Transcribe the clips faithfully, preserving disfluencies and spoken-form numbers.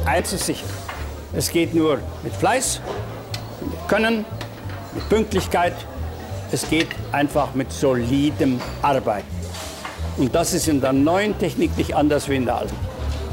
eins ist sicher. Es geht nur mit Fleiß, mit Können, mit Pünktlichkeit. Es geht einfach mit solidem Arbeiten. Und das ist in der neuen Technik nicht anders wie in der alten.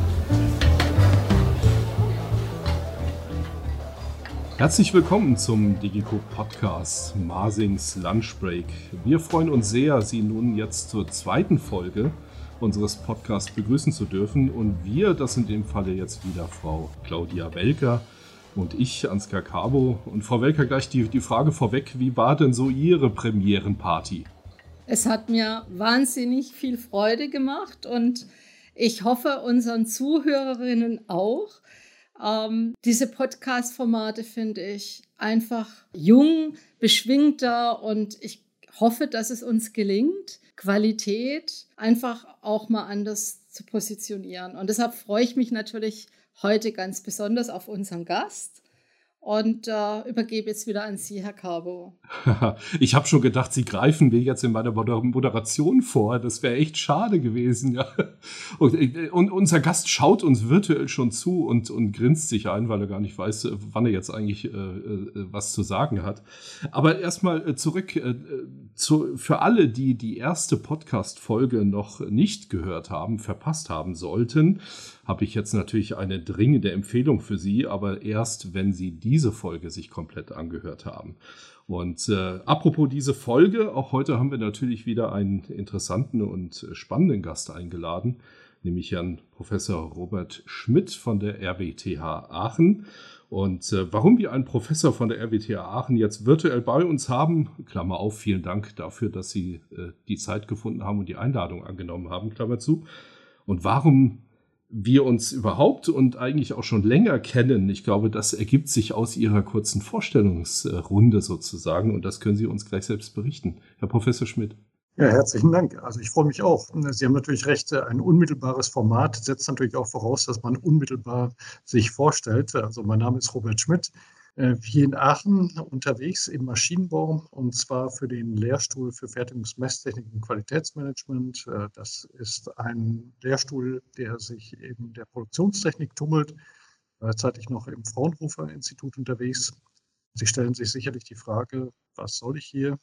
Herzlich willkommen zum DGCO Podcast Marsings Lunchbreak. Wir freuen uns sehr, Sie nun jetzt zur zweiten Folge unseres Podcasts begrüßen zu dürfen. Und wir, das sind in dem Falle jetzt wieder Frau Claudia Welker und ich, Ansgar Carbo. Und Frau Welker, gleich die, die Frage vorweg, wie war denn so Ihre Premierenparty? Es hat mir wahnsinnig viel Freude gemacht und ich hoffe unseren Zuhörerinnen auch. Ähm, diese Podcast-Formate finde ich einfach jung, beschwingter und ich hoffe, dass es uns gelingt, Qualität einfach auch mal anders zu positionieren. Und deshalb freue ich mich natürlich heute ganz besonders auf unseren Gast und äh, übergebe jetzt wieder an Sie, Herr Carbo. Ich habe schon gedacht, Sie greifen mir jetzt in meiner Moderation vor. Das wäre echt schade gewesen. Ja. Und, und unser Gast schaut uns virtuell schon zu und, und grinst sich ein, weil er gar nicht weiß, wann er jetzt eigentlich äh, was zu sagen hat. Aber erstmal zurück äh, zu, für alle, die die erste Podcast-Folge noch nicht gehört haben, verpasst haben sollten, habe ich jetzt natürlich eine dringende Empfehlung für Sie, aber erst, wenn Sie diese Folge sich komplett angehört haben. Und äh, apropos diese Folge, auch heute haben wir natürlich wieder einen interessanten und spannenden Gast eingeladen, nämlich Herrn Professor Robert Schmidt von der R W T H Aachen. Und äh, warum wir einen Professor von der R W T H Aachen jetzt virtuell bei uns haben, Klammer auf, vielen Dank dafür, dass Sie äh, die Zeit gefunden haben und die Einladung angenommen haben, Klammer zu. Und warum wir uns überhaupt und eigentlich auch schon länger kennen, ich glaube, das ergibt sich aus Ihrer kurzen Vorstellungsrunde sozusagen und das können Sie uns gleich selbst berichten. Herr Professor Schmidt. Ja, herzlichen Dank. Also ich freue mich auch. Sie haben natürlich recht, ein unmittelbares Format setzt natürlich auch voraus, dass man unmittelbar sich vorstellt. Also mein Name ist Robert Schmidt, hier in Aachen unterwegs im Maschinenbau und zwar für den Lehrstuhl für Fertigungsmesstechnik und Qualitätsmanagement. Das ist ein Lehrstuhl, der sich in der Produktionstechnik tummelt, gleichzeitig noch im Fraunhofer-Institut unterwegs. Sie stellen sich sicherlich die Frage, was soll ich hier?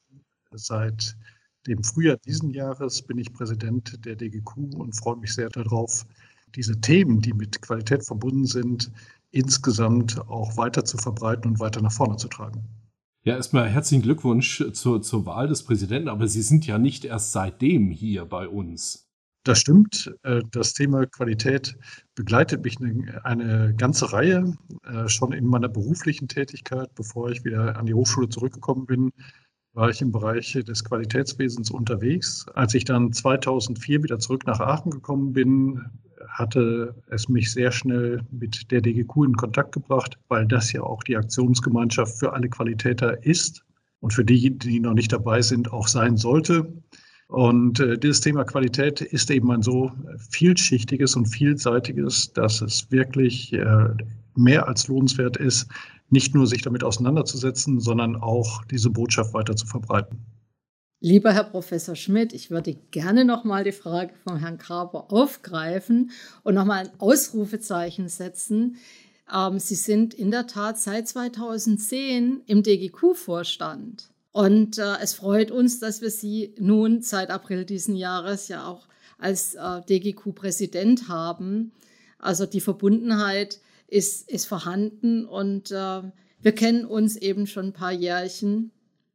Seit dem Frühjahr diesen Jahres bin ich Präsident der D G Q und freue mich sehr darauf, diese Themen, die mit Qualität verbunden sind, insgesamt auch weiter zu verbreiten und weiter nach vorne zu tragen. Ja, erstmal herzlichen Glückwunsch zur, zur Wahl des Präsidenten, aber Sie sind ja nicht erst seitdem hier bei uns. Das stimmt. Das Thema Qualität begleitet mich eine, eine ganze Reihe, schon in meiner beruflichen Tätigkeit. Bevor ich wieder an die Hochschule zurückgekommen bin, war ich im Bereich des Qualitätswesens unterwegs. Als ich dann zweitausendvier wieder zurück nach Aachen gekommen bin, hatte es mich sehr schnell mit der D G Q in Kontakt gebracht, weil das ja auch die Aktionsgemeinschaft für alle Qualitäter ist und für die, die noch nicht dabei sind, auch sein sollte. Und äh, dieses Thema Qualität ist eben ein so vielschichtiges und vielseitiges, dass es wirklich äh, mehr als lohnenswert ist, nicht nur sich damit auseinanderzusetzen, sondern auch diese Botschaft weiter zu verbreiten. Lieber Herr Professor Schmidt, ich würde gerne noch mal die Frage von Herrn Carbo aufgreifen und noch mal ein Ausrufezeichen setzen. Ähm, Sie sind in der Tat seit zweitausendzehn im D G Q-Vorstand. Und äh, es freut uns, dass wir Sie nun seit April diesen Jahres ja auch als äh, D G Q-Präsident haben. Also die Verbundenheit ist, ist vorhanden und äh, wir kennen uns eben schon ein paar Jährchen.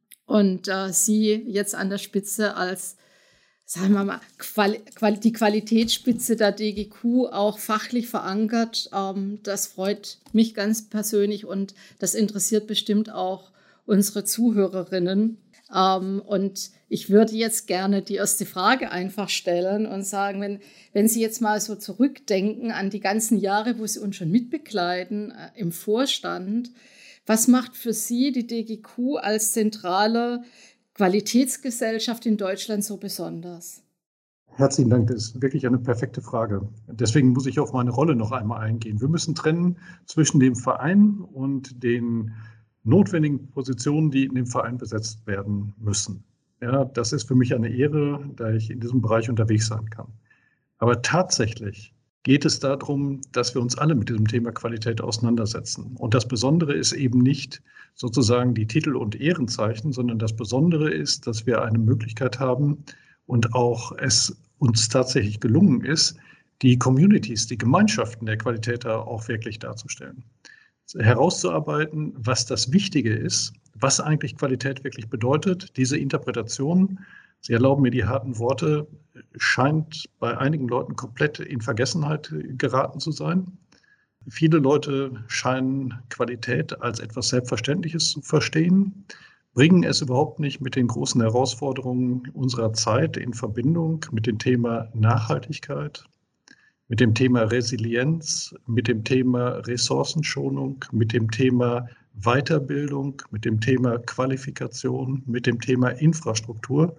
Und äh, Sie jetzt an der Spitze als, sagen wir mal, Quali- Quali- die Qualitätsspitze der D G Q auch fachlich verankert, ähm, das freut mich ganz persönlich und das interessiert bestimmt auch unsere Zuhörerinnen. Ähm, und ich würde jetzt gerne die erste Frage einfach stellen und sagen, wenn, wenn Sie jetzt mal so zurückdenken an die ganzen Jahre, wo Sie uns schon mitbegleiten äh, im Vorstand, was macht für Sie die D G Q als zentrale Qualitätsgesellschaft in Deutschland so besonders? Herzlichen Dank, das ist wirklich eine perfekte Frage. Deswegen muss ich auf meine Rolle noch einmal eingehen. Wir müssen trennen zwischen dem Verein und den notwendigen Positionen, die in dem Verein besetzt werden müssen. Ja, das ist für mich eine Ehre, da ich in diesem Bereich unterwegs sein kann. Aber tatsächlich geht es darum, dass wir uns alle mit diesem Thema Qualität auseinandersetzen. Und das Besondere ist eben nicht sozusagen die Titel und Ehrenzeichen, sondern das Besondere ist, dass wir eine Möglichkeit haben und auch es uns tatsächlich gelungen ist, die Communities, die Gemeinschaften der Qualitäter auch wirklich darzustellen. Herauszuarbeiten, was das Wichtige ist, was eigentlich Qualität wirklich bedeutet, diese Interpretation, Sie erlauben mir die harten Worte, scheint bei einigen Leuten komplett in Vergessenheit geraten zu sein. Viele Leute scheinen Qualität als etwas Selbstverständliches zu verstehen, bringen es überhaupt nicht mit den großen Herausforderungen unserer Zeit in Verbindung mit dem Thema Nachhaltigkeit, mit dem Thema Resilienz, mit dem Thema Ressourcenschonung, mit dem Thema Weiterbildung, mit dem Thema Qualifikation, mit dem Thema Infrastruktur.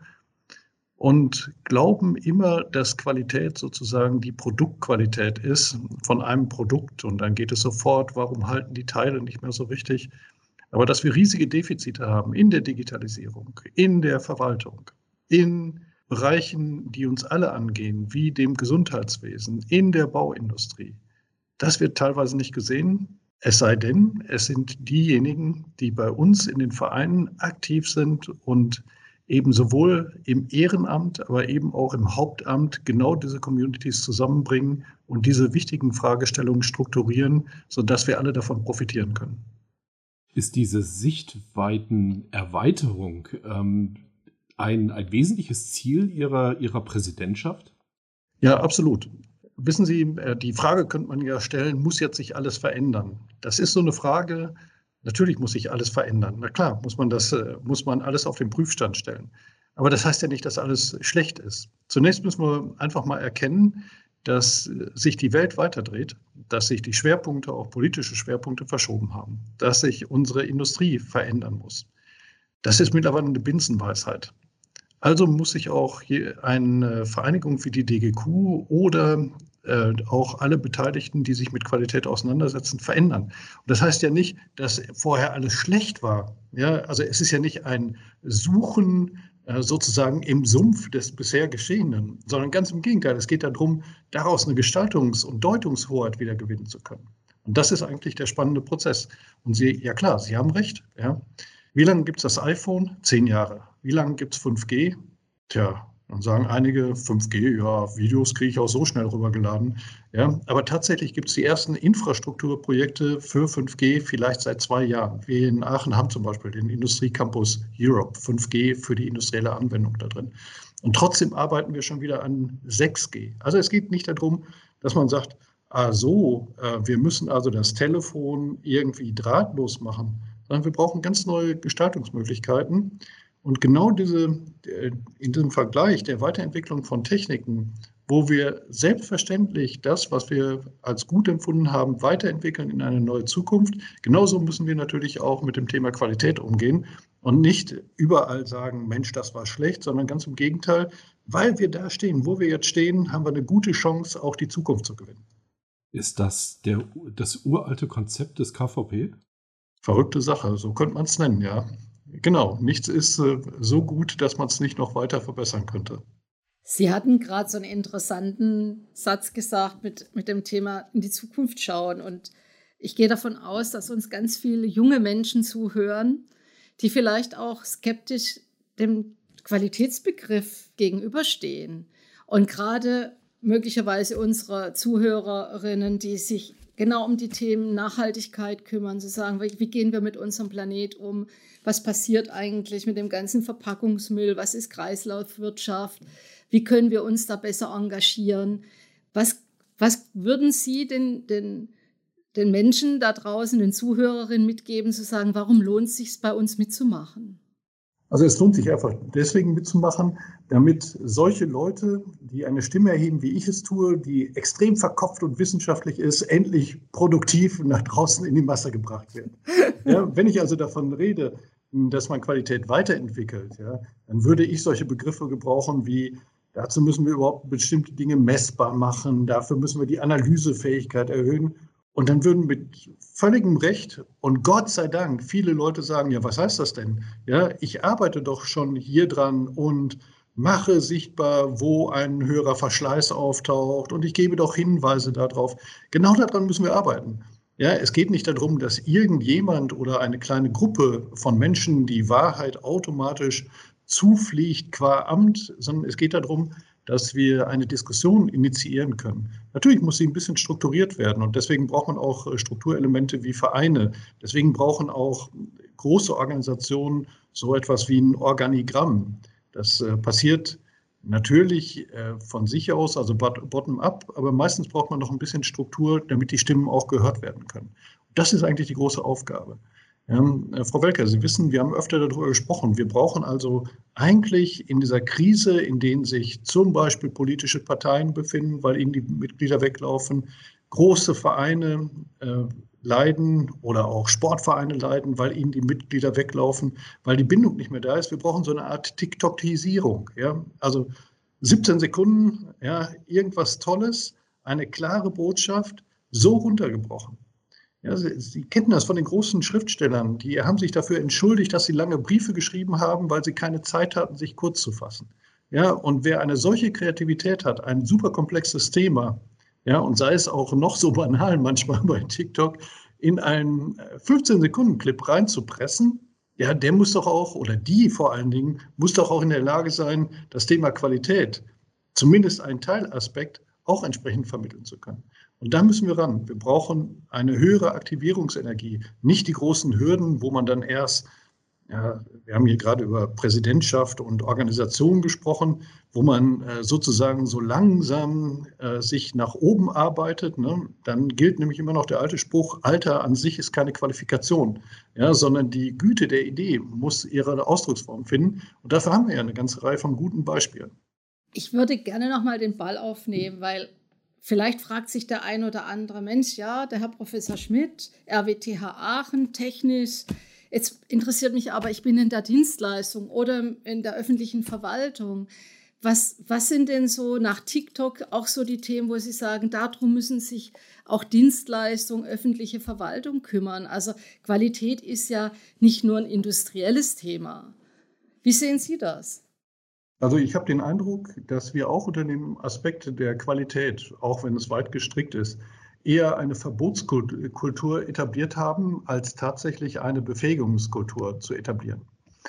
Und glauben immer, dass Qualität sozusagen die Produktqualität ist von einem Produkt. Und dann geht es sofort, warum halten die Teile nicht mehr so richtig? Aber dass wir riesige Defizite haben in der Digitalisierung, in der Verwaltung, in Bereichen, die uns alle angehen, wie dem Gesundheitswesen, in der Bauindustrie, das wird teilweise nicht gesehen. Es sei denn, es sind diejenigen, die bei uns in den Vereinen aktiv sind und eben sowohl im Ehrenamt, aber eben auch im Hauptamt genau diese Communities zusammenbringen und diese wichtigen Fragestellungen strukturieren, sodass wir alle davon profitieren können. Ist diese Sichtweitenerweiterung ähm, ein, ein wesentliches Ziel Ihrer, Ihrer Präsidentschaft? Ja, absolut. Wissen Sie, die Frage könnte man ja stellen, muss jetzt sich alles verändern? Das ist so eine Frage. Natürlich muss sich alles verändern. Na klar, muss man das, muss man alles auf den Prüfstand stellen. Aber das heißt ja nicht, dass alles schlecht ist. Zunächst müssen wir einfach mal erkennen, dass sich die Welt weiterdreht, dass sich die Schwerpunkte, auch politische Schwerpunkte, verschoben haben, dass sich unsere Industrie verändern muss. Das ist mittlerweile eine Binsenweisheit. Also muss sich auch eine Vereinigung wie die D G Q oder äh, auch alle Beteiligten, die sich mit Qualität auseinandersetzen, verändern. Und das heißt ja nicht, dass vorher alles schlecht war. Ja, also es ist ja nicht ein Suchen äh, sozusagen im Sumpf des bisher Geschehenen, sondern ganz im Gegenteil. Es geht darum, daraus eine Gestaltungs- und Deutungshoheit wieder gewinnen zu können. Und das ist eigentlich der spannende Prozess. Und Sie, ja klar, Sie haben recht. Ja. Wie lange gibt es das iPhone? Zehn Jahre. Wie lange gibt es fünf G? Tja, dann sagen einige, fünf G, ja, Videos kriege ich auch so schnell rübergeladen. Ja, aber tatsächlich gibt es die ersten Infrastrukturprojekte für fünf G vielleicht seit zwei Jahren. Wir in Aachen haben zum Beispiel den Industriecampus Europe, fünf G für die industrielle Anwendung da drin. Und trotzdem arbeiten wir schon wieder an sechs G. Also es geht nicht darum, dass man sagt, ah so, äh, wir müssen also das Telefon irgendwie drahtlos machen, sondern wir brauchen ganz neue Gestaltungsmöglichkeiten. Und genau diese, in diesem Vergleich der Weiterentwicklung von Techniken, wo wir selbstverständlich das, was wir als gut empfunden haben, weiterentwickeln in eine neue Zukunft, genauso müssen wir natürlich auch mit dem Thema Qualität umgehen und nicht überall sagen, Mensch, das war schlecht, sondern ganz im Gegenteil, weil wir da stehen, wo wir jetzt stehen, haben wir eine gute Chance, auch die Zukunft zu gewinnen. Ist das der, das uralte Konzept des K V P? Verrückte Sache, so könnte man es nennen, ja. Genau, nichts ist äh, so gut, dass man es nicht noch weiter verbessern könnte. Sie hatten gerade so einen interessanten Satz gesagt mit, mit dem Thema in die Zukunft schauen. Und ich gehe davon aus, dass uns ganz viele junge Menschen zuhören, die vielleicht auch skeptisch dem Qualitätsbegriff gegenüberstehen. Und gerade möglicherweise unsere Zuhörerinnen, die sich genau um die Themen Nachhaltigkeit kümmern, zu sagen, wie gehen wir mit unserem Planet um, was passiert eigentlich mit dem ganzen Verpackungsmüll, was ist Kreislaufwirtschaft, wie können wir uns da besser engagieren, was, was würden Sie den, den, den Menschen da draußen, den Zuhörerinnen mitgeben, zu sagen, warum lohnt es sich bei uns mitzumachen? Also es lohnt sich einfach deswegen mitzumachen, damit solche Leute, die eine Stimme erheben, wie ich es tue, die extrem verkopft und wissenschaftlich ist, endlich produktiv nach draußen in die Masse gebracht werden. Ja, wenn ich also davon rede, dass man Qualität weiterentwickelt, ja, dann würde ich solche Begriffe gebrauchen wie, dazu müssen wir überhaupt bestimmte Dinge messbar machen, dafür müssen wir die Analysefähigkeit erhöhen. Und dann würden mit völligem Recht und Gott sei Dank viele Leute sagen, ja, was heißt das denn? Ja, ich arbeite doch schon hier dran und mache sichtbar, wo ein höherer Verschleiß auftaucht und ich gebe doch Hinweise darauf. Genau daran müssen wir arbeiten. Ja, es geht nicht darum, dass irgendjemand oder eine kleine Gruppe von Menschen die Wahrheit automatisch zufliegt qua Amt, sondern es geht darum, dass wir eine Diskussion initiieren können. Natürlich muss sie ein bisschen strukturiert werden und deswegen braucht man auch Strukturelemente wie Vereine. Deswegen brauchen auch große Organisationen so etwas wie ein Organigramm. Das äh, passiert natürlich äh, von sich aus, also bottom-up, aber meistens braucht man noch ein bisschen Struktur, damit die Stimmen auch gehört werden können. Das ist eigentlich die große Aufgabe. Ähm, äh, Frau Welker, Sie wissen, wir haben öfter darüber gesprochen. Wir brauchen also eigentlich in dieser Krise, in denen sich zum Beispiel politische Parteien befinden, weil ihnen die Mitglieder weglaufen, große Vereine äh, leiden oder auch Sportvereine leiden, weil ihnen die Mitglieder weglaufen, weil die Bindung nicht mehr da ist. Wir brauchen so eine Art TikTokisierung. Ja? Also siebzehn Sekunden, ja, irgendwas Tolles, eine klare Botschaft, so runtergebrochen. Ja, Sie, Sie kennen das von den großen Schriftstellern, die haben sich dafür entschuldigt, dass sie lange Briefe geschrieben haben, weil sie keine Zeit hatten, sich kurz zu fassen. Ja, und wer eine solche Kreativität hat, ein super komplexes Thema, ja, und sei es auch noch so banal manchmal bei TikTok, in einen fünfzehn-Sekunden-Clip reinzupressen, ja, der muss doch auch, oder die vor allen Dingen, muss doch auch in der Lage sein, das Thema Qualität, zumindest einen Teilaspekt, auch entsprechend vermitteln zu können. Und da müssen wir ran. Wir brauchen eine höhere Aktivierungsenergie, nicht die großen Hürden, wo man dann erst, ja, wir haben hier gerade über Präsidentschaft und Organisation gesprochen, wo man äh, sozusagen so langsam äh, sich nach oben arbeitet. Ne? Dann gilt nämlich immer noch der alte Spruch, Alter an sich ist keine Qualifikation, ja, sondern die Güte der Idee muss ihre Ausdrucksform finden. Und dafür haben wir ja eine ganze Reihe von guten Beispielen. Ich würde gerne nochmal den Ball aufnehmen, weil vielleicht fragt sich der ein oder andere Mensch, ja, der Herr Professor Schmidt, R W T H Aachen, technisch. Jetzt interessiert mich aber, ich bin in der Dienstleistung oder in der öffentlichen Verwaltung. Was, was sind denn so nach TikTok auch so die Themen, wo Sie sagen, darum müssen sich auch Dienstleistung, öffentliche Verwaltung kümmern? Also Qualität ist ja nicht nur ein industrielles Thema. Wie sehen Sie das? Also ich habe den Eindruck, dass wir auch unter dem Aspekt der Qualität, auch wenn es weit gestrickt ist, eher eine Verbotskultur etabliert haben, als tatsächlich eine Befähigungskultur zu etablieren.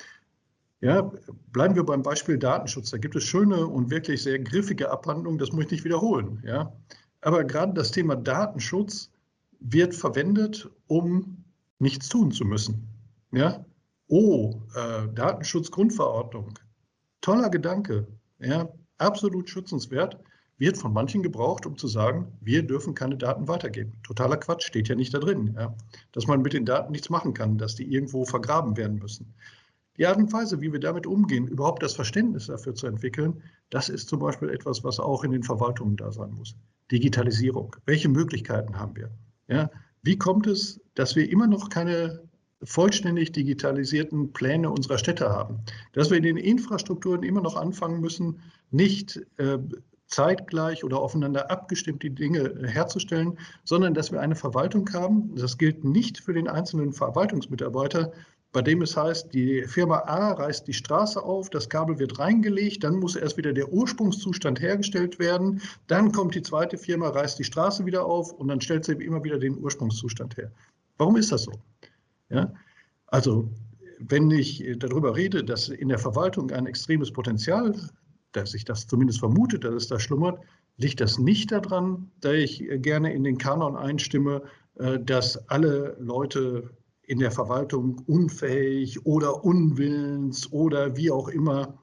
Ja, bleiben wir beim Beispiel Datenschutz. Da gibt es schöne und wirklich sehr griffige Abhandlungen, das muss ich nicht wiederholen. Ja. Aber gerade das Thema Datenschutz wird verwendet, um nichts tun zu müssen. Ja. Oh, äh, Datenschutzgrundverordnung. Toller Gedanke, ja, absolut schützenswert, wird von manchen gebraucht, um zu sagen, wir dürfen keine Daten weitergeben. Totaler Quatsch, steht ja nicht da drin, ja, dass man mit den Daten nichts machen kann, dass die irgendwo vergraben werden müssen. Die Art und Weise, wie wir damit umgehen, überhaupt das Verständnis dafür zu entwickeln, das ist zum Beispiel etwas, was auch in den Verwaltungen da sein muss. Digitalisierung, welche Möglichkeiten haben wir? Ja, wie kommt es, dass wir immer noch keine vollständig digitalisierten Pläne unserer Städte haben, dass wir in den Infrastrukturen immer noch anfangen müssen, nicht äh, zeitgleich oder aufeinander abgestimmt die Dinge herzustellen, sondern dass wir eine Verwaltung haben, das gilt nicht für den einzelnen Verwaltungsmitarbeiter, bei dem es heißt, die Firma A reißt die Straße auf, das Kabel wird reingelegt, dann muss erst wieder der Ursprungszustand hergestellt werden, dann kommt die zweite Firma, reißt die Straße wieder auf und dann stellt sie immer wieder den Ursprungszustand her. Warum ist das so? Ja, also wenn ich darüber rede, dass in der Verwaltung ein extremes Potenzial, dass ich das zumindest vermute, dass es da schlummert, liegt das nicht daran, dass ich gerne in den Kanon einstimme, dass alle Leute in der Verwaltung unfähig oder unwillens oder wie auch immer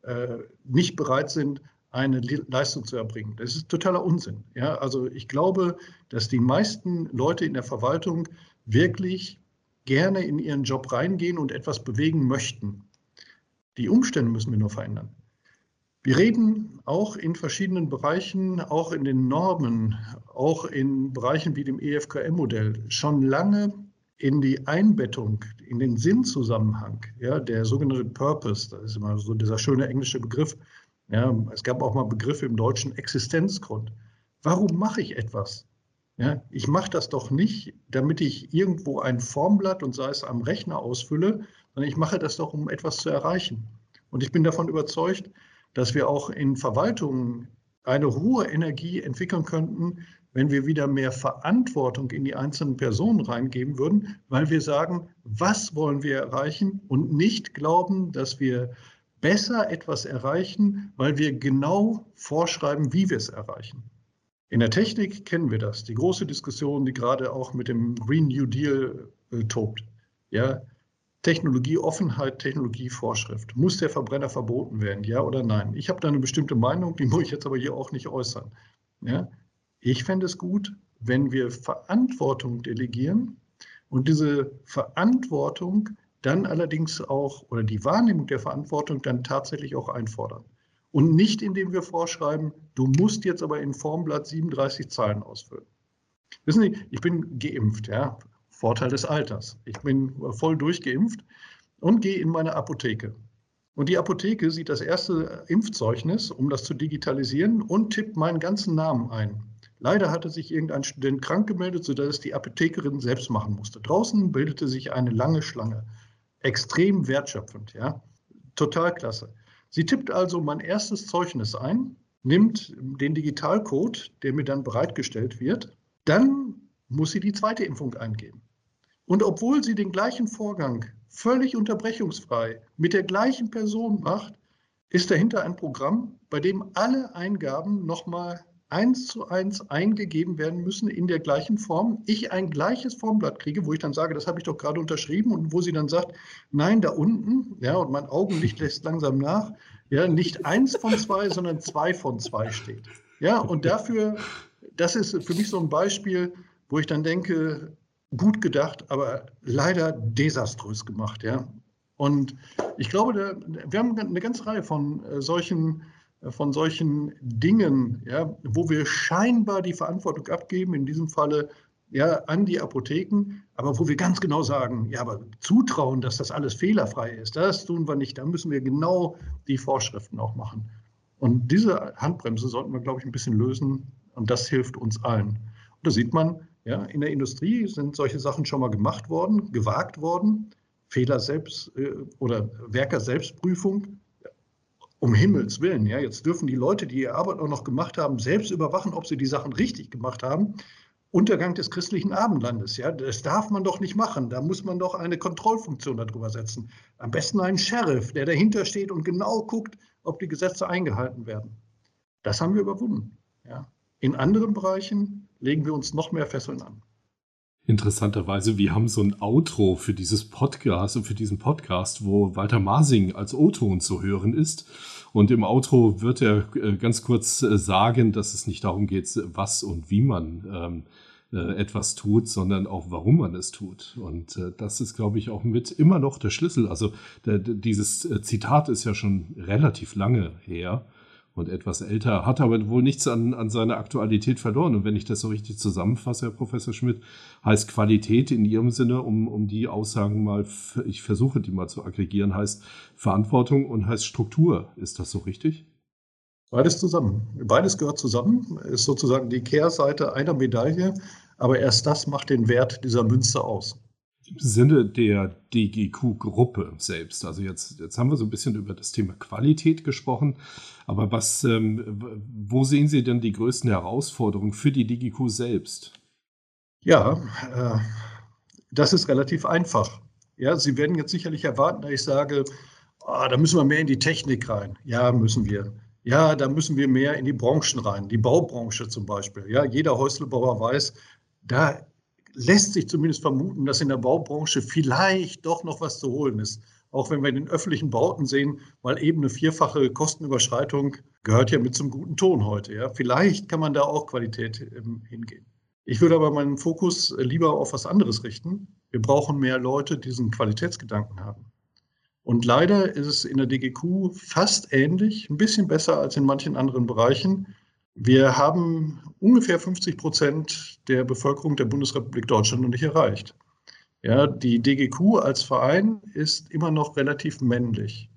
nicht bereit sind, eine Leistung zu erbringen. Das ist totaler Unsinn. Ja, also ich glaube, dass die meisten Leute in der Verwaltung wirklich gerne in ihren Job reingehen und etwas bewegen möchten. Die Umstände müssen wir nur verändern. Wir reden auch in verschiedenen Bereichen, auch in den Normen, auch in Bereichen wie dem E F K M-Modell, schon lange in die Einbettung, in den Sinnzusammenhang, ja, der sogenannte Purpose, das ist immer so dieser schöne englische Begriff. Ja, es gab auch mal Begriffe im Deutschen, Existenzgrund. Warum mache ich etwas? Ja, ich mache das doch nicht, damit ich irgendwo ein Formblatt und sei es am Rechner ausfülle, sondern ich mache das doch, um etwas zu erreichen. Und ich bin davon überzeugt, dass wir auch in Verwaltungen eine hohe Energie entwickeln könnten, wenn wir wieder mehr Verantwortung in die einzelnen Personen reingeben würden, weil wir sagen, was wollen wir erreichen und nicht glauben, dass wir besser etwas erreichen, weil wir genau vorschreiben, wie wir es erreichen. In der Technik kennen wir das, die große Diskussion, die gerade auch mit dem Green New Deal äh, tobt. Ja, Technologieoffenheit, Technologievorschrift. Muss der Verbrenner verboten werden, ja oder nein? Ich habe da eine bestimmte Meinung, die muss ich jetzt aber hier auch nicht äußern. Ja? Ich fände es gut, wenn wir Verantwortung delegieren und diese Verantwortung dann allerdings auch, oder die Wahrnehmung der Verantwortung dann tatsächlich auch einfordern. Und nicht, indem wir vorschreiben, du musst jetzt aber in Formblatt siebenunddreißig Zeilen ausfüllen. Wissen Sie, ich bin geimpft, ja, Vorteil des Alters. Ich bin voll durchgeimpft und gehe in meine Apotheke. Und die Apotheke sieht das erste Impfzeugnis, um das zu digitalisieren, und tippt meinen ganzen Namen ein. Leider hatte sich irgendein Student krank gemeldet, sodass es die Apothekerin selbst machen musste. Draußen bildete sich eine lange Schlange. Extrem wertschöpfend, ja. Total klasse. Sie tippt also mein erstes Zeugnis ein, nimmt den Digitalcode, der mir dann bereitgestellt wird, dann muss sie die zweite Impfung eingeben. Und obwohl sie den gleichen Vorgang völlig unterbrechungsfrei mit der gleichen Person macht, ist dahinter ein Programm, bei dem alle Eingaben nochmal eins zu eins eingegeben werden müssen in der gleichen Form. Ich ein gleiches Formblatt kriege, wo ich dann sage, das habe ich doch gerade unterschrieben, und wo sie dann sagt, nein, da unten, ja, und mein Augenlicht lässt langsam nach, ja, nicht eins von zwei, sondern zwei von zwei steht. Ja, und dafür, das ist für mich so ein Beispiel, wo ich dann denke, gut gedacht, aber leider desaströs gemacht, ja. Und ich glaube, da, wir haben eine ganze Reihe von äh, solchen von solchen Dingen, ja, wo wir scheinbar die Verantwortung abgeben, in diesem Falle ja, an die Apotheken, aber wo wir ganz genau sagen, ja, aber zutrauen, dass das alles fehlerfrei ist, das tun wir nicht. Da müssen wir genau die Vorschriften auch machen. Und diese Handbremse sollten wir, glaube ich, ein bisschen lösen, und das hilft uns allen. Und da sieht man, ja, in der Industrie sind solche Sachen schon mal gemacht worden, gewagt worden, Fehler selbst äh, oder Werker-Selbstprüfung. Um Himmels Willen, ja, jetzt dürfen die Leute, die ihre Arbeit auch noch gemacht haben, selbst überwachen, ob sie die Sachen richtig gemacht haben. Untergang des christlichen Abendlandes, ja, das darf man doch nicht machen. Da muss man doch eine Kontrollfunktion darüber setzen. Am besten einen Sheriff, der dahinter steht und genau guckt, ob die Gesetze eingehalten werden. Das haben wir überwunden. Ja. In anderen Bereichen legen wir uns noch mehr Fesseln an. Interessanterweise, wir haben so ein Outro für dieses Podcast und für diesen Podcast, wo Walter Masing als O-Ton zu hören ist. Und im Outro wird er ganz kurz sagen, dass es nicht darum geht, was und wie man ähm, äh, etwas tut, sondern auch, warum man es tut. Und äh, das ist, glaube ich, auch mit immer noch der Schlüssel. Also der, dieses Zitat ist ja schon relativ lange her und etwas älter, hat aber wohl nichts an, an seiner Aktualität verloren. Und wenn ich das so richtig zusammenfasse, Herr Professor Schmidt, heißt Qualität in Ihrem Sinne, um, um die Aussagen mal, ich versuche die mal zu aggregieren, heißt Verantwortung und heißt Struktur. Ist das so richtig? Beides zusammen. Beides gehört zusammen, ist sozusagen die Kehrseite einer Medaille, aber erst das macht den Wert dieser Münze aus. Im Sinne der D G Q-Gruppe selbst. Also jetzt, jetzt haben wir so ein bisschen über das Thema Qualität gesprochen. Aber was, ähm, wo sehen Sie denn die größten Herausforderungen für die D G Q selbst? Ja, äh, das ist relativ einfach. Ja, Sie werden jetzt sicherlich erwarten, dass ich sage, oh, da müssen wir mehr in die Technik rein. Ja, müssen wir. Ja, da müssen wir mehr in die Branchen rein. Die Baubranche zum Beispiel. Ja, jeder Häuslebauer weiß, da lässt sich zumindest vermuten, dass in der Baubranche vielleicht doch noch was zu holen ist. Auch wenn wir in den öffentlichen Bauten sehen, weil eben eine vierfache Kostenüberschreitung gehört ja mit zum guten Ton heute. Ja. Vielleicht kann man da auch Qualität ähm, hingehen. Ich würde aber meinen Fokus lieber auf was anderes richten. Wir brauchen mehr Leute, die diesen Qualitätsgedanken haben. Und leider ist es in der D G Q fast ähnlich, ein bisschen besser als in manchen anderen Bereichen. Wir haben ungefähr fünfzig Prozent der Bevölkerung der Bundesrepublik Deutschland noch nicht erreicht. Ja, die D G Q als Verein ist immer noch relativ männlich.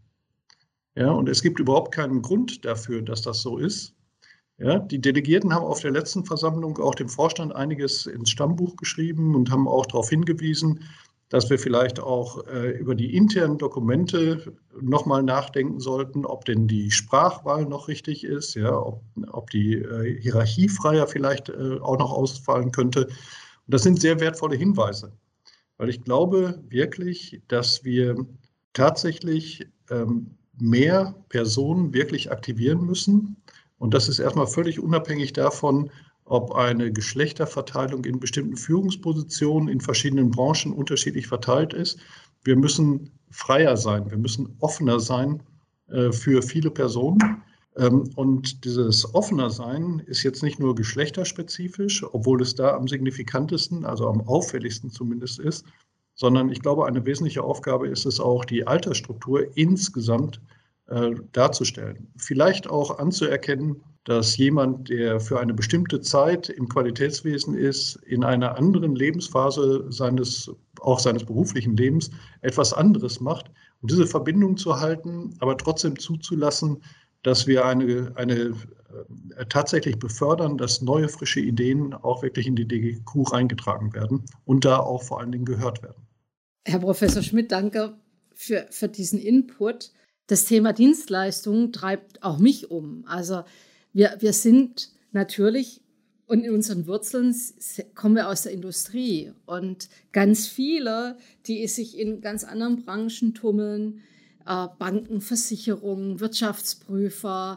Ja, und es gibt überhaupt keinen Grund dafür, dass das so ist. Ja, die Delegierten haben auf der letzten Versammlung auch dem Vorstand einiges ins Stammbuch geschrieben und haben auch darauf hingewiesen, dass wir vielleicht auch äh, über die internen Dokumente nochmal nachdenken sollten, ob denn die Sprachwahl noch richtig ist, ja, ob, ob die äh, hierarchiefreier vielleicht äh, auch noch ausfallen könnte. Und das sind sehr wertvolle Hinweise, weil ich glaube wirklich, dass wir tatsächlich ähm, mehr Personen wirklich aktivieren müssen. Und das ist erstmal völlig unabhängig davon, ob eine Geschlechterverteilung in bestimmten Führungspositionen in verschiedenen Branchen unterschiedlich verteilt ist. Wir müssen freier sein, wir müssen offener sein äh, für viele Personen. Ähm, und dieses offener Sein ist jetzt nicht nur geschlechterspezifisch, obwohl es da am signifikantesten, also am auffälligsten zumindest ist, sondern ich glaube, eine wesentliche Aufgabe ist es auch, die Altersstruktur insgesamt äh, darzustellen. Vielleicht auch anzuerkennen, dass jemand, der für eine bestimmte Zeit im Qualitätswesen ist, in einer anderen Lebensphase seines, auch seines beruflichen Lebens etwas anderes macht. Und diese Verbindung zu halten, aber trotzdem zuzulassen, dass wir eine, eine äh, tatsächlich befördern, dass neue, frische Ideen auch wirklich in die D G Q reingetragen werden und da auch vor allen Dingen gehört werden. Herr Professor Schmidt, danke für, für diesen Input. Das Thema Dienstleistungen treibt auch mich um. Also wir, wir sind natürlich, und in unseren Wurzeln kommen wir aus der Industrie. Und ganz viele, die sich in ganz anderen Branchen tummeln, äh, Banken, Versicherungen, Wirtschaftsprüfer,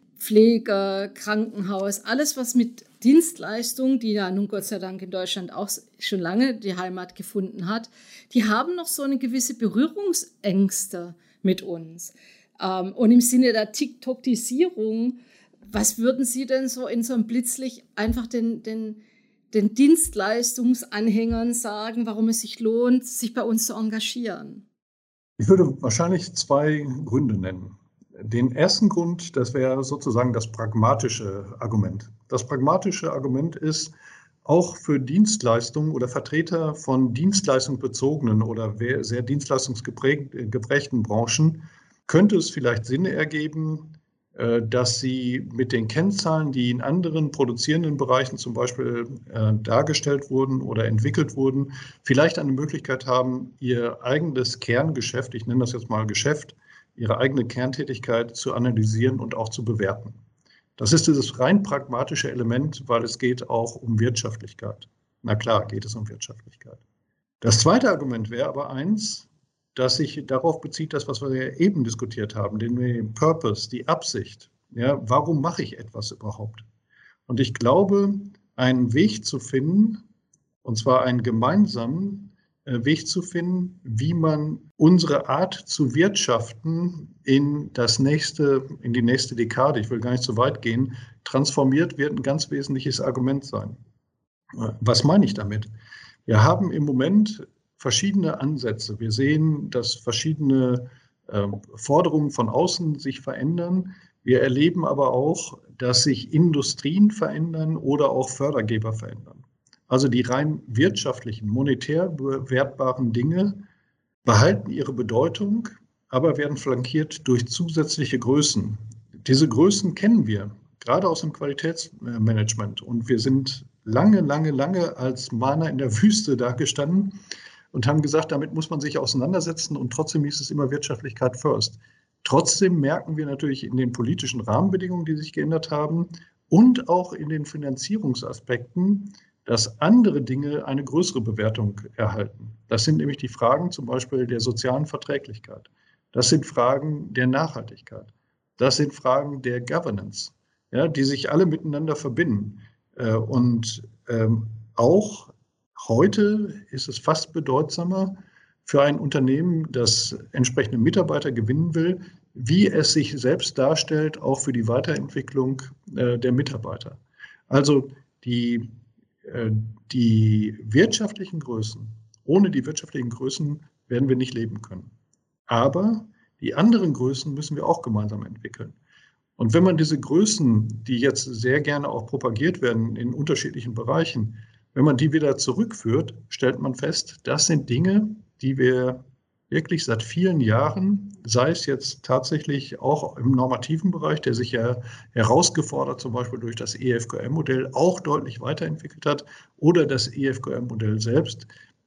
Pflege, Krankenhaus, alles was mit Dienstleistungen, die ja nun Gott sei Dank in Deutschland auch schon lange die Heimat gefunden hat, die haben noch so eine gewisse Berührungsängste mit uns. Ähm, und im Sinne der TikTokisierung, was würden Sie denn so in so einem Blitzlicht einfach den, den, den Dienstleistungsanhängern sagen, warum es sich lohnt, sich bei uns zu engagieren? Ich würde wahrscheinlich zwei Gründe nennen. Den ersten Grund, das wäre sozusagen das pragmatische Argument. Das pragmatische Argument ist, auch für Dienstleistungen oder Vertreter von dienstleistungsbezogenen oder sehr dienstleistungsgeprägten Branchen könnte es vielleicht Sinn ergeben, dass sie mit den Kennzahlen, die in anderen produzierenden Bereichen zum Beispiel dargestellt wurden oder entwickelt wurden, vielleicht eine Möglichkeit haben, ihr eigenes Kerngeschäft, ich nenne das jetzt mal Geschäft, ihre eigene Kerntätigkeit zu analysieren und auch zu bewerten. Das ist dieses rein pragmatische Element, weil es geht auch um Wirtschaftlichkeit. Na klar, geht es um Wirtschaftlichkeit. Das zweite Argument wäre aber eins, das sich darauf bezieht, das, was wir ja eben diskutiert haben, den Purpose, die Absicht. Ja, warum mache ich etwas überhaupt? Und ich glaube, einen Weg zu finden, und zwar einen gemeinsamen Weg zu finden, wie man unsere Art zu wirtschaften in das nächste, in die nächste Dekade, ich will gar nicht so weit gehen, transformiert, wird ein ganz wesentliches Argument sein. Was meine ich damit? Wir haben im Moment verschiedene Ansätze. Wir sehen, dass verschiedene äh, Forderungen von außen sich verändern. Wir erleben aber auch, dass sich Industrien verändern oder auch Fördergeber verändern. Also die rein wirtschaftlichen, monetär bewertbaren Dinge behalten ihre Bedeutung, aber werden flankiert durch zusätzliche Größen. Diese Größen kennen wir, gerade aus dem Qualitätsmanagement. Und wir sind lange, lange, lange als Mahner in der Wüste dagestanden und haben gesagt, damit muss man sich auseinandersetzen und trotzdem hieß es immer Wirtschaftlichkeit first. Trotzdem merken wir natürlich in den politischen Rahmenbedingungen, die sich geändert haben und auch in den Finanzierungsaspekten, dass andere Dinge eine größere Bewertung erhalten. Das sind nämlich die Fragen zum Beispiel der sozialen Verträglichkeit. Das sind Fragen der Nachhaltigkeit. Das sind Fragen der Governance, ja, die sich alle miteinander verbinden. Und ähm, auch heute ist es fast bedeutsamer für ein Unternehmen, das entsprechende Mitarbeiter gewinnen will, wie es sich selbst darstellt, auch für die Weiterentwicklung äh, der Mitarbeiter. Also die, äh, die wirtschaftlichen Größen, ohne die wirtschaftlichen Größen werden wir nicht leben können. Aber die anderen Größen müssen wir auch gemeinsam entwickeln. Und wenn man diese Größen, die jetzt sehr gerne auch propagiert werden in unterschiedlichen Bereichen, wenn man die wieder zurückführt, stellt man fest, das sind Dinge, die wir wirklich seit vielen Jahren, sei es jetzt tatsächlich auch im normativen Bereich, der sich ja herausgefordert zum Beispiel durch das E F Q M-Modell auch deutlich weiterentwickelt hat, oder das E F Q M-Modell selbst,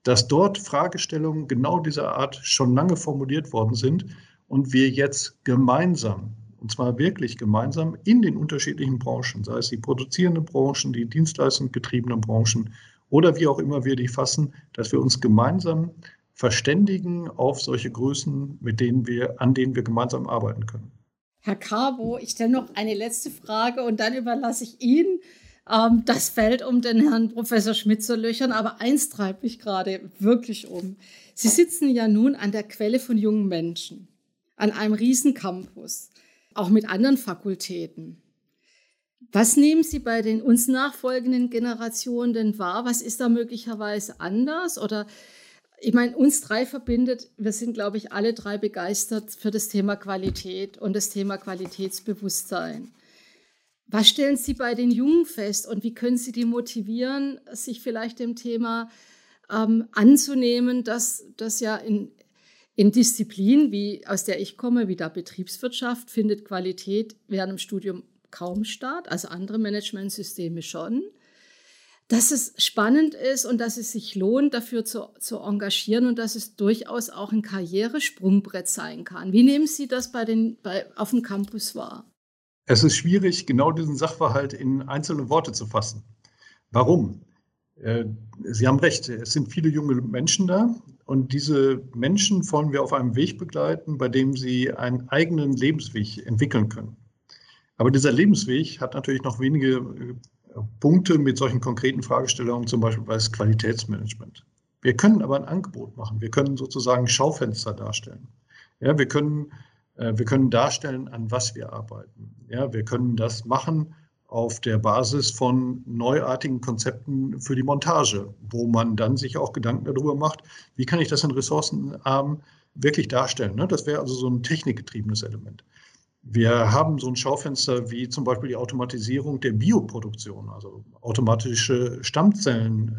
dass dort Fragestellungen genau dieser Art schon lange formuliert worden sind und wir jetzt gemeinsam, und zwar wirklich gemeinsam in den unterschiedlichen Branchen, sei es die produzierenden Branchen, die dienstleistungsgetriebenen Branchen oder wie auch immer wir die fassen, dass wir uns gemeinsam verständigen auf solche Größen, mit denen wir, an denen wir gemeinsam arbeiten können. Herr Carbo, ich stelle noch eine letzte Frage und dann überlasse ich Ihnen ähm, das Feld, um den Herrn Professor Schmidt zu löchern. Aber eins treibt mich gerade wirklich um. Sie sitzen ja nun an der Quelle von jungen Menschen, an einem riesen Campus, auch mit anderen Fakultäten. Was nehmen Sie bei den uns nachfolgenden Generationen denn wahr? Was ist da möglicherweise anders? Oder ich meine, uns drei verbindet, wir sind, glaube ich, alle drei begeistert für das Thema Qualität und das Thema Qualitätsbewusstsein. Was stellen Sie bei den Jungen fest und wie können Sie die motivieren, sich vielleicht dem Thema ähm, anzunehmen, dass das ja in, in Disziplinen, wie aus der ich komme, wie der Betriebswirtschaft, findet Qualität während dem Studium kaum statt, also andere Managementsysteme schon. Dass es spannend ist und dass es sich lohnt, dafür zu, zu engagieren und dass es durchaus auch ein Karrieresprungbrett sein kann. Wie nehmen Sie das bei den, bei, auf dem Campus wahr? Es ist schwierig, genau diesen Sachverhalt in einzelne Worte zu fassen. Warum? Äh, Sie haben recht, es sind viele junge Menschen da und diese Menschen wollen wir auf einem Weg begleiten, bei dem sie einen eigenen Lebensweg entwickeln können. Aber dieser Lebensweg hat natürlich noch wenige Punkte mit solchen konkreten Fragestellungen, zum Beispiel bei das Qualitätsmanagement. Wir können aber ein Angebot machen. Wir können sozusagen Schaufenster darstellen. Ja, wir können, äh, wir können darstellen, an was wir arbeiten. Ja, wir können das machen auf der Basis von neuartigen Konzepten für die Montage, wo man dann sich auch Gedanken darüber macht, wie kann ich das in ressourcenarm wirklich darstellen. Ne? Das wäre also so ein technikgetriebenes Element. Wir haben so ein Schaufenster wie zum Beispiel die Automatisierung der Bioproduktion, also automatische Stammzellen,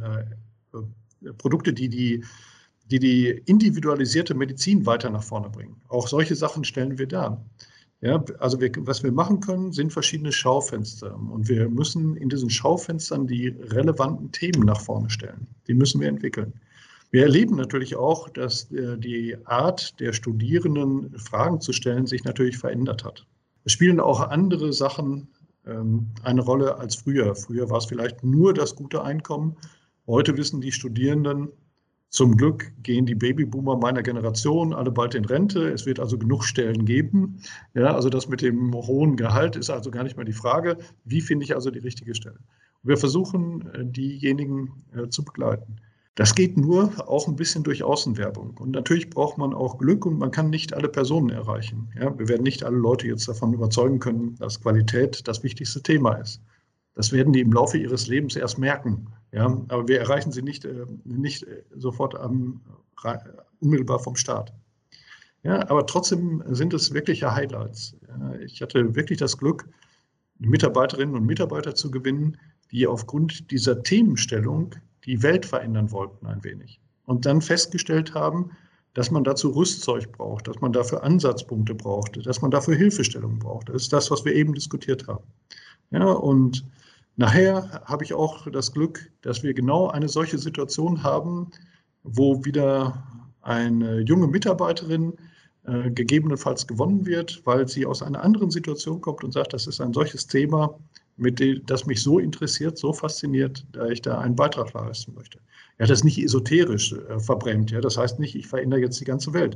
äh, Produkte, die die, die die individualisierte Medizin weiter nach vorne bringen. Auch solche Sachen stellen wir dar. Ja, also wir, was wir machen können, sind verschiedene Schaufenster und wir müssen in diesen Schaufenstern die relevanten Themen nach vorne stellen. Die müssen wir entwickeln. Wir erleben natürlich auch, dass die Art der Studierenden, Fragen zu stellen, sich natürlich verändert hat. Es spielen auch andere Sachen ähm, eine Rolle als früher. Früher war es vielleicht nur das gute Einkommen. Heute wissen die Studierenden, zum Glück gehen die Babyboomer meiner Generation alle bald in Rente. Es wird also genug Stellen geben. Ja, also das mit dem hohen Gehalt ist also gar nicht mehr die Frage. Wie finde ich also die richtige Stelle? Und wir versuchen, diejenigen äh, zu begleiten. Das geht nur auch ein bisschen durch Außenwerbung. Und natürlich braucht man auch Glück und man kann nicht alle Personen erreichen. Ja, wir werden nicht alle Leute jetzt davon überzeugen können, dass Qualität das wichtigste Thema ist. Das werden die im Laufe ihres Lebens erst merken. Ja, aber wir erreichen sie nicht, nicht sofort am, unmittelbar vom Start. Ja, aber trotzdem sind es wirkliche Highlights. Ich hatte wirklich das Glück, Mitarbeiterinnen und Mitarbeiter zu gewinnen, die aufgrund dieser Themenstellung die Welt verändern wollten ein wenig und dann festgestellt haben, dass man dazu Rüstzeug braucht, dass man dafür Ansatzpunkte braucht, dass man dafür Hilfestellung braucht. Das ist das, was wir eben diskutiert haben. Ja, und nachher habe ich auch das Glück, dass wir genau eine solche Situation haben, wo wieder eine junge Mitarbeiterin äh, gegebenenfalls gewonnen wird, weil sie aus einer anderen Situation kommt und sagt, das ist ein solches Thema, mit dem, das mich so interessiert, so fasziniert, da ich da einen Beitrag leisten möchte. Ja, das ist nicht esoterisch äh, verbrennt. Ja, das heißt nicht, ich verändere jetzt die ganze Welt.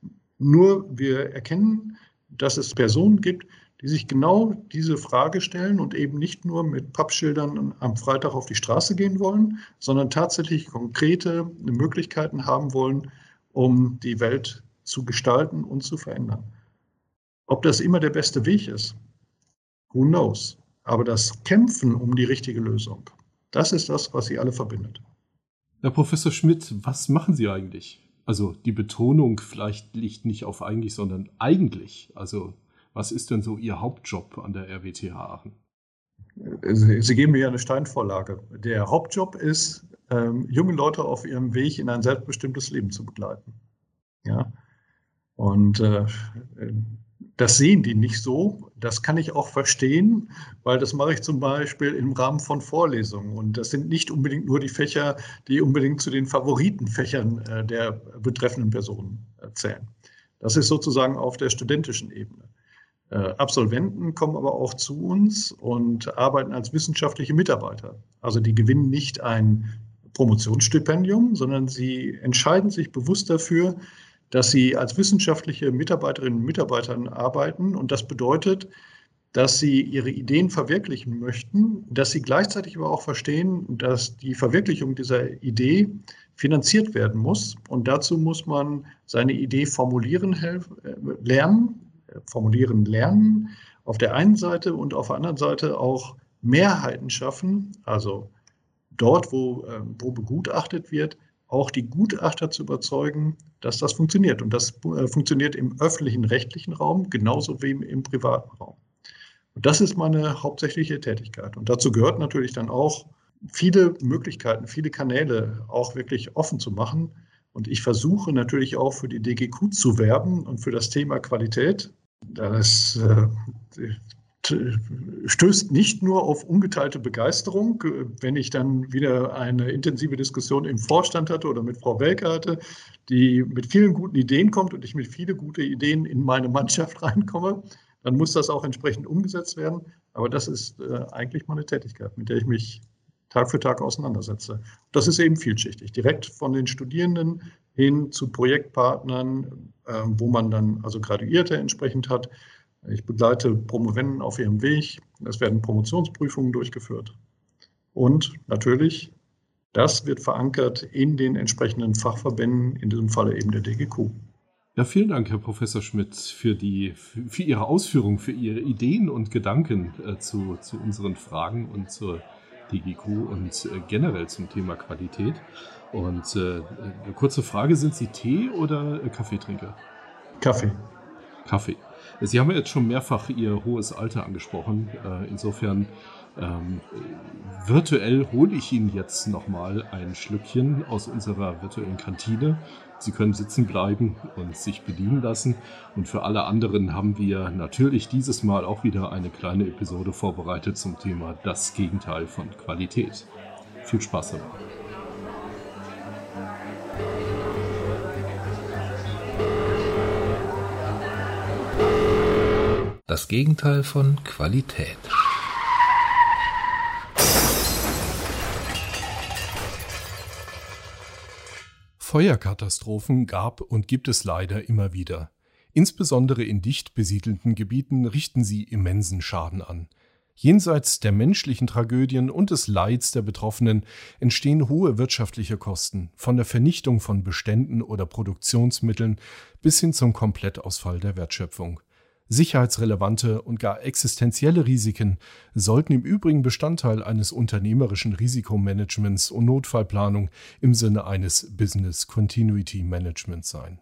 Nur wir erkennen, dass es Personen gibt, die sich genau diese Frage stellen und eben nicht nur mit Pappschildern am Freitag auf die Straße gehen wollen, sondern tatsächlich konkrete Möglichkeiten haben wollen, um die Welt zu gestalten und zu verändern. Ob das immer der beste Weg ist, who knows? Aber das Kämpfen um die richtige Lösung, das ist das, was sie alle verbindet. Herr Professor Schmidt, was machen Sie eigentlich? Also die Betonung vielleicht liegt nicht auf eigentlich, sondern eigentlich. Also was ist denn so Ihr Hauptjob an der R W T H Aachen? Sie, Sie geben mir ja eine Steinvorlage. Der Hauptjob ist, ähm, junge Leute auf ihrem Weg in ein selbstbestimmtes Leben zu begleiten. Ja? Und äh, Das sehen die nicht so. Das kann ich auch verstehen, weil das mache ich zum Beispiel im Rahmen von Vorlesungen. Und das sind nicht unbedingt nur die Fächer, die unbedingt zu den Favoritenfächern äh, der betreffenden Personen äh, zählen. Das ist sozusagen auf der studentischen Ebene. Äh, Absolventen kommen aber auch zu uns und arbeiten als wissenschaftliche Mitarbeiter. Also die gewinnen nicht ein Promotionsstipendium, sondern sie entscheiden sich bewusst dafür, dass sie als wissenschaftliche Mitarbeiterinnen und Mitarbeiter arbeiten. Und das bedeutet, dass sie ihre Ideen verwirklichen möchten, dass sie gleichzeitig aber auch verstehen, dass die Verwirklichung dieser Idee finanziert werden muss. Und dazu muss man seine Idee formulieren lernen, formulieren lernen auf der einen Seite und auf der anderen Seite auch Mehrheiten schaffen, also dort, wo, wo begutachtet wird, auch die Gutachter zu überzeugen, dass das funktioniert. Und das äh, funktioniert im öffentlichen rechtlichen Raum genauso wie im, im privaten Raum. Und das ist meine hauptsächliche Tätigkeit. Und dazu gehört natürlich dann auch, viele Möglichkeiten, viele Kanäle auch wirklich offen zu machen. Und ich versuche natürlich auch für die D G Q zu werben und für das Thema Qualität. Das äh, stößt nicht nur auf ungeteilte Begeisterung, wenn ich dann wieder eine intensive Diskussion im Vorstand hatte oder mit Frau Welke hatte, die mit vielen guten Ideen kommt und ich mit vielen guten Ideen in meine Mannschaft reinkomme, dann muss das auch entsprechend umgesetzt werden. Aber das ist äh, eigentlich meine Tätigkeit, mit der ich mich Tag für Tag auseinandersetze. Das ist eben vielschichtig, direkt von den Studierenden hin zu Projektpartnern, äh, wo man dann also Graduierte entsprechend hat. Ich begleite Promovenden auf ihrem Weg. Es werden Promotionsprüfungen durchgeführt. Und natürlich, das wird verankert in den entsprechenden Fachverbänden, in diesem Falle eben der D G Q. Ja, vielen Dank, Herr Professor Schmidt, für, die, für Ihre Ausführungen, für Ihre Ideen und Gedanken äh, zu, zu unseren Fragen und zur D G Q und äh, generell zum Thema Qualität. Und äh, eine kurze Frage, sind Sie Tee- oder äh, Kaffeetrinker? Kaffee. Kaffee. Sie haben ja jetzt schon mehrfach Ihr hohes Alter angesprochen. Insofern ähm, virtuell hole ich Ihnen jetzt nochmal ein Schlückchen aus unserer virtuellen Kantine. Sie können sitzen bleiben und sich bedienen lassen. Und für alle anderen haben wir natürlich dieses Mal auch wieder eine kleine Episode vorbereitet zum Thema das Gegenteil von Qualität. Viel Spaß dabei. Das Gegenteil von Qualität. Feuerkatastrophen gab und gibt es leider immer wieder. Insbesondere in dicht besiedelten Gebieten richten sie immensen Schaden an. Jenseits der menschlichen Tragödien und des Leids der Betroffenen entstehen hohe wirtschaftliche Kosten, von der Vernichtung von Beständen oder Produktionsmitteln bis hin zum Komplettausfall der Wertschöpfung. Sicherheitsrelevante und gar existenzielle Risiken sollten im Übrigen Bestandteil eines unternehmerischen Risikomanagements und Notfallplanung im Sinne eines Business Continuity Managements sein.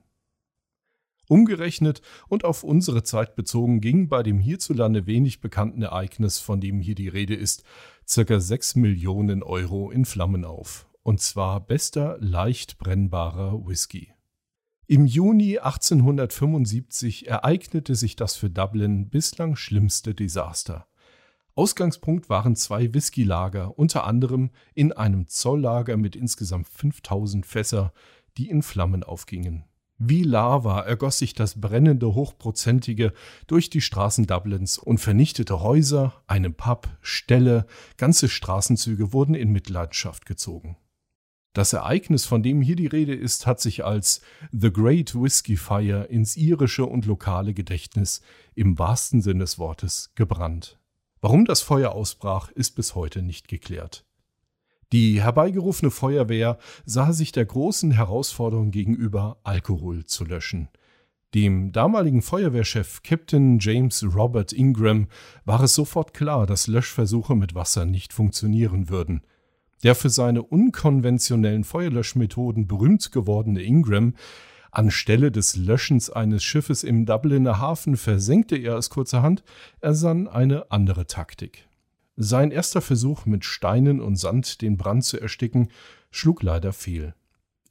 Umgerechnet und auf unsere Zeit bezogen ging bei dem hierzulande wenig bekannten Ereignis, von dem hier die Rede ist, ca. sechs Millionen Euro in Flammen auf. Und zwar bester, leicht brennbarer Whisky. Im Juni achtzehnhundertfünfundsiebzig ereignete sich das für Dublin bislang schlimmste Desaster. Ausgangspunkt waren zwei Whiskylager, unter anderem in einem Zolllager mit insgesamt fünftausend Fässer, die in Flammen aufgingen. Wie Lava ergoss sich das brennende Hochprozentige durch die Straßen Dublins und vernichtete Häuser, einen Pub, Ställe, ganze Straßenzüge wurden in Mitleidenschaft gezogen. Das Ereignis, von dem hier die Rede ist, hat sich als The Great Whisky Fire ins irische und lokale Gedächtnis im wahrsten Sinne des Wortes gebrannt. Warum das Feuer ausbrach, ist bis heute nicht geklärt. Die herbeigerufene Feuerwehr sah sich der großen Herausforderung gegenüber, Alkohol zu löschen. Dem damaligen Feuerwehrchef Captain James Robert Ingram war es sofort klar, dass Löschversuche mit Wasser nicht funktionieren würden. Der für seine unkonventionellen Feuerlöschmethoden berühmt gewordene Ingram, anstelle des Löschens eines Schiffes im Dubliner Hafen versenkte er es kurzerhand, ersann eine andere Taktik. Sein erster Versuch, mit Steinen und Sand den Brand zu ersticken, schlug leider fehl.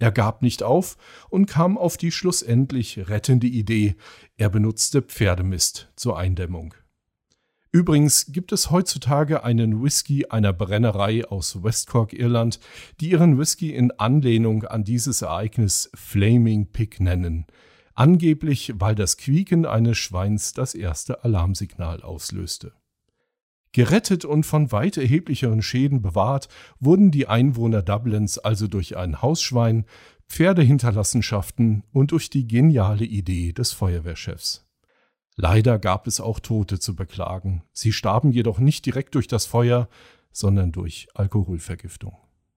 Er gab nicht auf und kam auf die schlussendlich rettende Idee, er benutzte Pferdemist zur Eindämmung. Übrigens gibt es heutzutage einen Whisky einer Brennerei aus West Cork, Irland, die ihren Whisky in Anlehnung an dieses Ereignis Flaming Pig nennen. Angeblich, weil das Quieken eines Schweins das erste Alarmsignal auslöste. Gerettet und von weit erheblicheren Schäden bewahrt wurden die Einwohner Dublins also durch ein Hausschwein, Pferdehinterlassenschaften und durch die geniale Idee des Feuerwehrchefs. Leider gab es auch Tote zu beklagen. Sie starben jedoch nicht direkt durch das Feuer, sondern durch Alkoholvergiftung.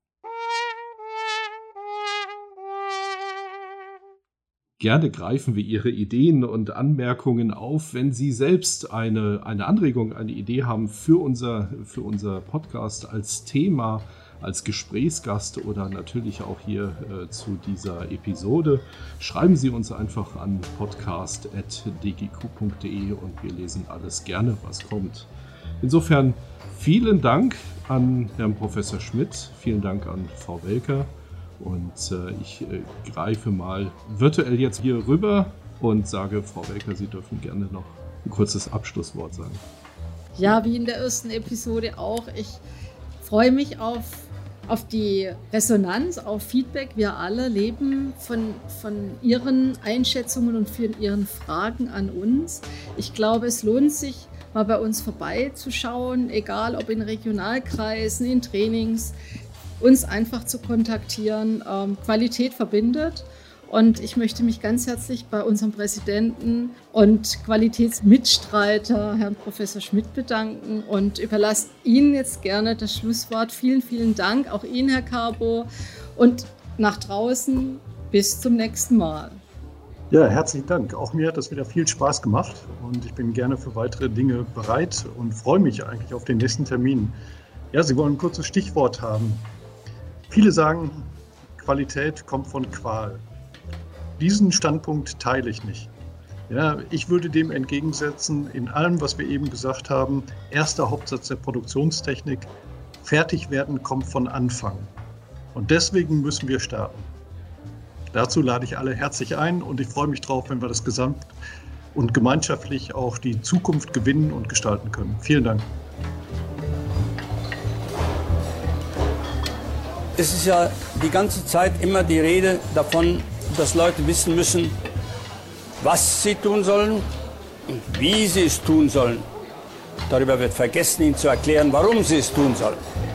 Gerne greifen wir Ihre Ideen und Anmerkungen auf, wenn Sie selbst eine, eine Anregung, eine Idee haben für unser, für unser Podcast als Thema, als Gesprächsgast oder natürlich auch hier äh, zu dieser Episode. Schreiben Sie uns einfach an podcast at d g q punkt d e und wir lesen alles gerne, was kommt. Insofern vielen Dank an Herrn Professor Schmidt, vielen Dank an Frau Welker. Und äh, ich äh, greife mal virtuell jetzt hier rüber und sage, Frau Welker, Sie dürfen gerne noch ein kurzes Abschlusswort sagen. Ja, wie in der ersten Episode auch. Ich freue mich auf, auf die Resonanz, auf Feedback. Wir alle leben von, von Ihren Einschätzungen und von Ihren Fragen an uns. Ich glaube, es lohnt sich, mal bei uns vorbeizuschauen, egal ob in Regionalkreisen, in Trainings, uns einfach zu kontaktieren. Ähm, Qualität verbindet und ich möchte mich ganz herzlich bei unserem Präsidenten und Qualitätsmitstreiter, Herrn Professor Schmidt, bedanken und überlasse Ihnen jetzt gerne das Schlusswort. Vielen, vielen Dank, auch Ihnen, Herr Carbo, und nach draußen bis zum nächsten Mal. Ja, herzlichen Dank. Auch mir hat das wieder viel Spaß gemacht und ich bin gerne für weitere Dinge bereit und freue mich eigentlich auf den nächsten Termin. Ja, Sie wollen ein kurzes Stichwort haben. Viele sagen, Qualität kommt von Qual. Diesen Standpunkt teile ich nicht. Ja, ich würde dem entgegensetzen, in allem, was wir eben gesagt haben, erster Hauptsatz der Produktionstechnik, fertig werden kommt von Anfang. Und deswegen müssen wir starten. Dazu lade ich alle herzlich ein und ich freue mich drauf, wenn wir das gesamt und gemeinschaftlich auch die Zukunft gewinnen und gestalten können. Vielen Dank. Es ist ja die ganze Zeit immer die Rede davon, dass Leute wissen müssen, was sie tun sollen und wie sie es tun sollen. Darüber wird vergessen, ihnen zu erklären, warum sie es tun sollen.